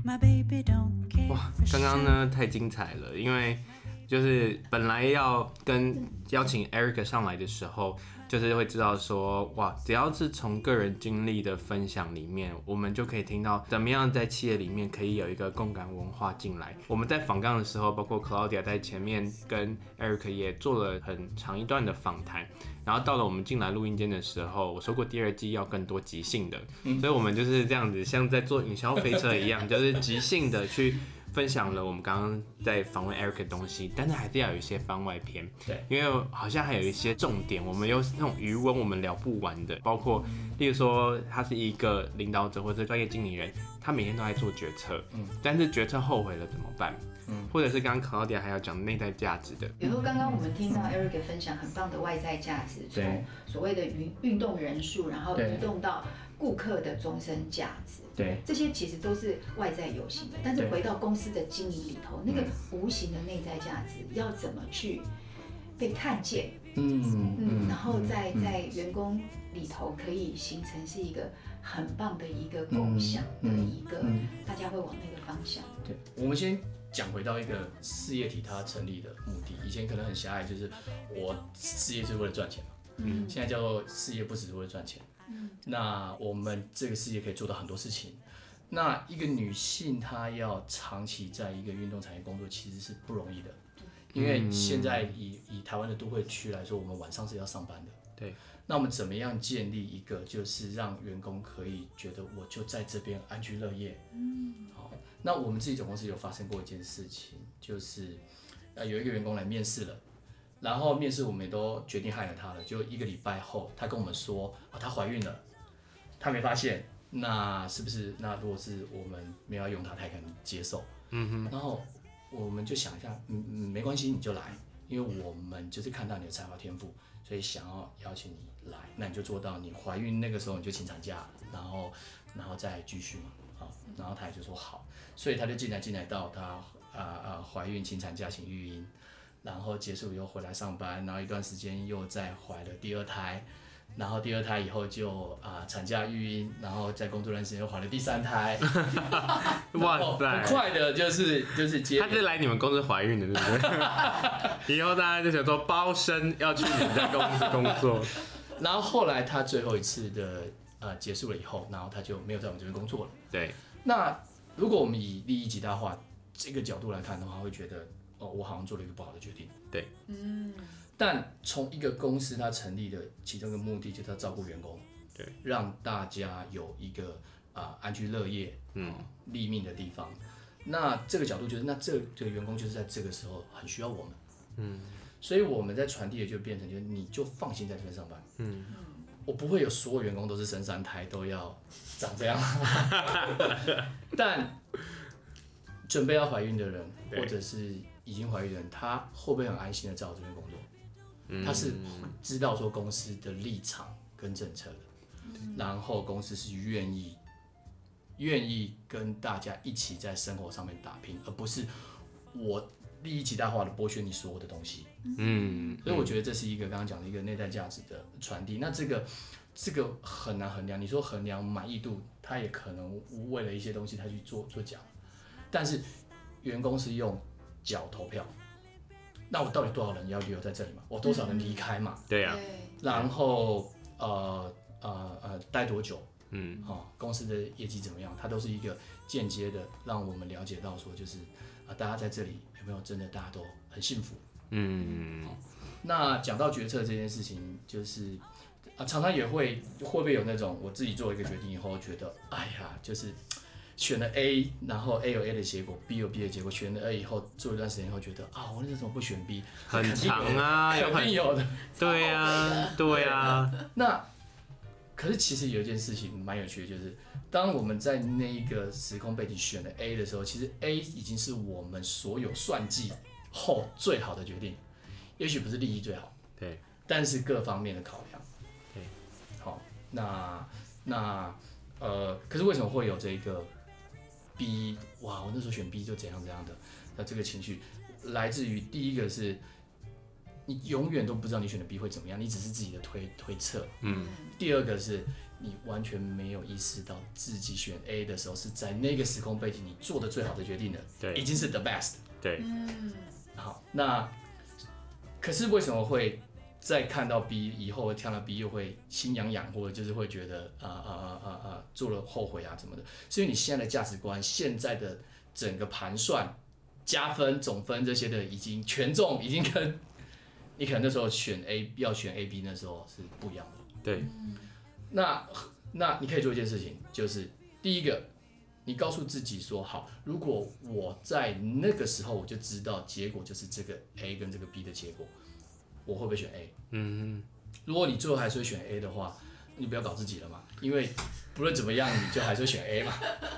哇，刚刚呢太精彩了，因为就是本来要邀请 Eric 上来的时候，就是会知道说，哇，只要是从个人经历的分享里面，我们就可以听到怎么样在企业里面可以有一个共感文化进来。我们在访纲的时候，包括 Claudia 在前面跟 Eric 也做了很长一段的访谈，然后到了我们进来录音间的时候，我说过第二季要更多即兴的，所以我们就是这样子，像在坐云霄飞车一样，就是即兴的去分享了我们刚刚在访问 Eric 的东西，但是还是要有一些番外篇，对，因为好像还有一些重点，我们有那种余温我们聊不完的，包括例如说他是一个领导者或者专业经理人，他每天都在做决策，但是决策后悔了怎么办？或者是刚刚 Claudia 还要讲内在价值的， 比如说刚刚我们听到 Eric 分享很棒的外在价值，从所谓的运动人数，然后移动到顾客的终身价值，对，这些其实都是外在有形的，但是回到公司的经营里头，那个无形的内在价值要怎么去被看见？然后在员工里头可以形成是一个很棒的一个共享的一个，大家会往那个方向。 对，我们先讲回到一个事业体它成立的目的，以前可能很狭隘，就是我事业是为了赚钱嘛，现在叫做事业不只是为了赚钱。那我们这个事业可以做到很多事情。那一个女性她要长期在一个运动产业工作，其实是不容易的，因为现在以台湾的都会区来说，我们晚上是要上班的。对，那我们怎么样建立一个，就是让员工可以觉得我就在这边安居乐业？好，那我们自己总公司有发生过一件事情，就是有一个员工来面试了。然后面试我们也都决定 hire 他了，就1个礼拜后，他跟我们说，她怀孕了，他没发现，那是不是？那如果是我们没有要用他，他也可能接受。然后我们就想一下，没关系，你就来，因为我们就是看到你的才华天赋，所以想要邀请你来，那你就做到你怀孕那个时候你就请产假，然后再继续嘛，好，然后他也就说好，所以他就进来到他怀孕请产假请育婴。然后结束以后回来上班，然后一段时间又再怀了第2胎，然后第2胎以后就产假育婴，然后在工作段时间又怀了第3胎，哇塞，很快的就是接。 他是来你们公司怀孕的，对不对？以后大家就想说包生要去你们家公司工作。 然后后来他最后一次的结束了以后，然后他就没有在我们这边工作了。对，那如果我们以利益极大化这个角度来看的话，会觉得。我好像做了一个不好的决定。对，但从一个公司它成立的其中一个目的就是要照顾员工，对，让大家有一个安居乐业、立命的地方。那这个角度就是，那这个员工就是在这个时候很需要我们，所以我们在传递的就变成就是你就放心在这边上班，我不会有所有员工都是生3胎都要长这样，但准备要怀孕的人或者是已经怀孕的人，他会不会很安心的在我这边工作？他是知道说公司的立场跟政策的，然后公司是愿意跟大家一起在生活上面打拼，而不是我利益极大化的剥削你所有的东西。所以我觉得这是一个刚刚讲的一个内在价值的传递。那这个很难衡量，你说衡量满意度，他也可能为了一些东西他去做假，但是员工是用脚投票，那我到底多少人要留在这里嘛？我多少人离开嘛？对啊。然后待多久？公司的业绩怎么样？它都是一个间接的，让我们了解到说，就是大家在这里有没有真的大家都很幸福？那讲到决策这件事情，就是常常也会不会有那种我自己做一个决定以后，觉得哎呀，就是选了 A， 然后 A 有 A 的结果 ，B 有 B 的结果，选了 A 以后，做一段时间以后觉得我那时候怎么不选 B？ 很长啊， 肯定有的。 对啊，对啊。 那可是其实有一件事情蛮有趣的，就是当我们在那一个时空背景选了 A 的时候，其实 A 已经是我们所有算计后最好的决定，也许不是利益最好，对，但是各方面的考量，对，好，可是为什么会有这个 B？ 哇，我那时候选 B 就怎样的，那这个情绪来自于第一个是。你永远都不知道你选的 B 会怎么样，你只是自己的推测。第二个是你完全没有意识到自己选 A 的时候是在那个时空背景你做的最好的决定了， 对， 已经是 the best。 对， 好，那可是为什么会在看到 B 以后，跳到 B 又会心痒痒，或者就是会觉得做了后悔啊什么的？是因为你现在的价值观、现在的整个盘算、加分、总分这些的已经权重，已经跟你可能那时候选 A 要选 A、B 那时候是不一样的。 对， 那你可以做一件事情，就是第一个，你告诉自己说，好，如果我在那个时候我就知道结果就是这个 A 跟这个 B 的结果，我会不会选 A？如果你最后还是会选 A 的话，你不要搞自己了嘛，因为不论怎么样，你就还是会选 A 嘛。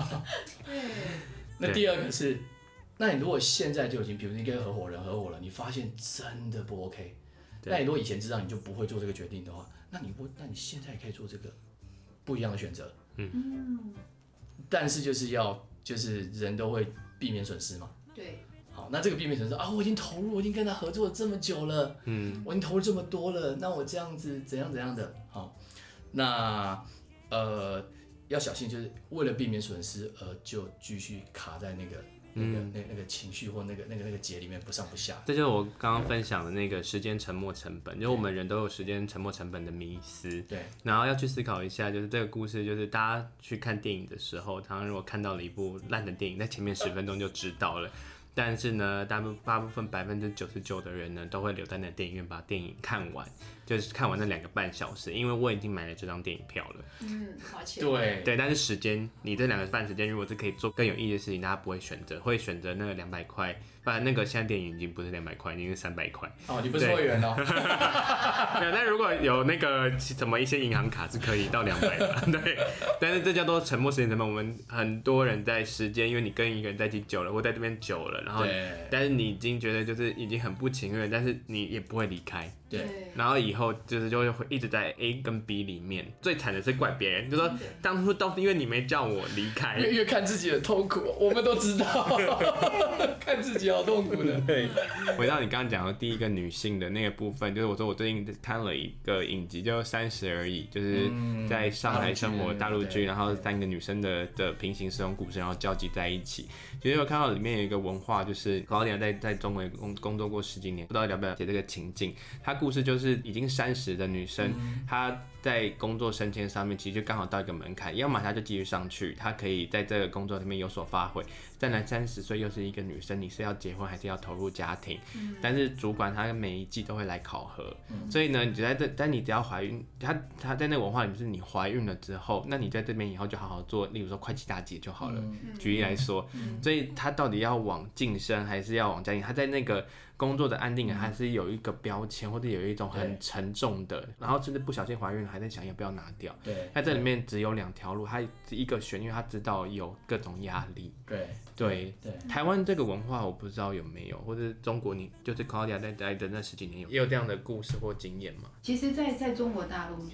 那第二个是，那你如果现在就已经，比如你跟合伙人合伙了，你发现真的不 OK， 那你如果以前知道你就不会做这个决定的话，那你现在也可以做这个不一样的选择。但是就是人都会避免损失嘛。 对。 好，那这个避免损失啊，我已经投入，我已经跟他合作了这么久了，我已经投入这么多了，那我这样子怎样的，好，那要小心，就是为了避免损失而就继续卡在那个情绪或那个结里面不上不下。 这就是我刚刚分享的那个时间沉没成本，就是我们人都有时间沉没成本的迷思。 对。然后要去思考一下，就是这个故事，就是大家去看电影的时候，常常如果看到了一部烂的电影，在前面10分钟就知道了。但是呢，大部分99%的人呢，都会留在那电影院把电影看完，就是看完那2个半小时，因为我已经买了这张电影票了。 花钱。 对，但是时间，你这2个半时间，如果是可以做更有意义的事情，大家不会选择，会选择那个200块。那个现在电影已经不是200块，已经是300块。 哦，你不是会员哦。 没有，但如果有那个什么一些银行卡是可以到200的，对。但是这叫做沉没时间成本。我们很多人在时间，因为你跟一个人在一起久了，或在这边久了，然后，但是你已经觉得就是已经很不情愿，但是你也不会离开。 对。 然后以后就会一直在 A 跟 B 里面，最惨的是怪别人，就说当初都是因为你没叫我离开。 越看自己的痛苦，我们都知道，看自己好痛苦的。 对，回到你刚刚讲的第一个女性的那个部分，就是我说我最近看了一个影集，叫《30而已》，就是在上海生活大陆剧，然后3个女生的平行时空故事，然后交集在一起。其实我看到里面有一个文化，就是高丽在中国工作过10几年，不知道了不了解这个情境。她故事就是已经30的女生，她在工作升迁上面其实就刚好到一个门槛，要么她就继续上去，她可以在这个工作里面有所发挥。再来30岁又是一个女生，你是要结婚还是要投入家庭？但是主管他每一季都会来考核，所以呢，你但你只要怀孕，他在那个文化里面是你怀孕了之后，那你在这边以后就好好做，例如说会计大姐就好了。举例来说，所以他到底要往晋升还是要往家庭？他在那个工作的安定感还是有一个标签，或者有一种很沉重的，然后甚至不小心怀孕了，还在想要不要拿掉。 对， 他这里面只有2条路，他一个选，因为他知道有各种压力。对，台湾这个文化我不知道有没有，或者中国你就是 Claudia 在待的那10几年也有这样的故事或经验吗？ 其实在中国大陆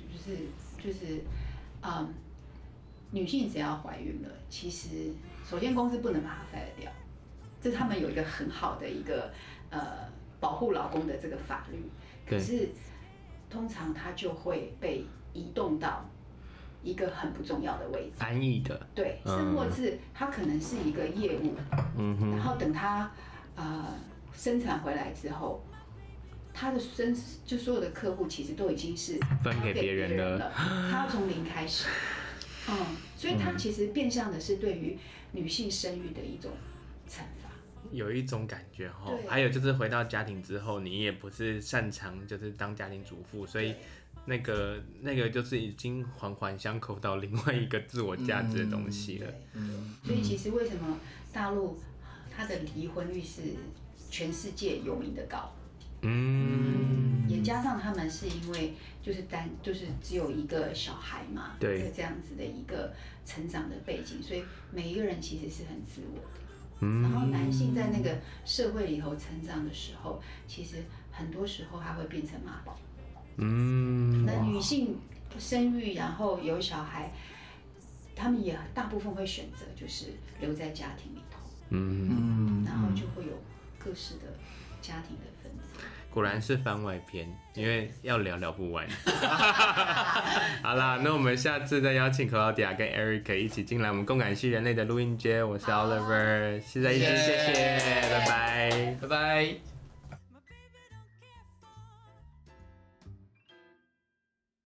女性只要怀孕了，其实首先公司不能把她 fire 掉，这是他们有一个很好的一个保护劳工的这个法律，可是通常她就会被移动到一个很不重要的位置， 安逸的， 对，甚或是他可能是一个业务，然后等他生产回来之后，他的就所有的客户其实都已经是分给别人了， 他要从0开始，所以他其实变相的是对于女性生育的一种惩罚。 有一种感觉哈，还有就是回到家庭之后，你也不是擅长就是当家庭主妇，所以那个就是已经环环相扣到另外一个自我价值的东西了。 所以其实为什么大陆它的离婚率是全世界有名的高？也加上他们是因为就是只有一个小孩嘛，对，这样子的一个成长的背景，所以每一个人其实是很自我的。然后男性在那个社会里头成长的时候，其实很多时候他会变成妈宝。那女性生育然后有小孩，他们也大部分会选择就是留在家庭里头，然后就会有各式的家庭的分子。 果然是番外篇，因为要聊不完。好啦，那我们下次再邀请 Claudia 跟 Eric 一起进来我们共感系人类的录音间。我是 Oliver， 谢谢，拜拜， 拜拜。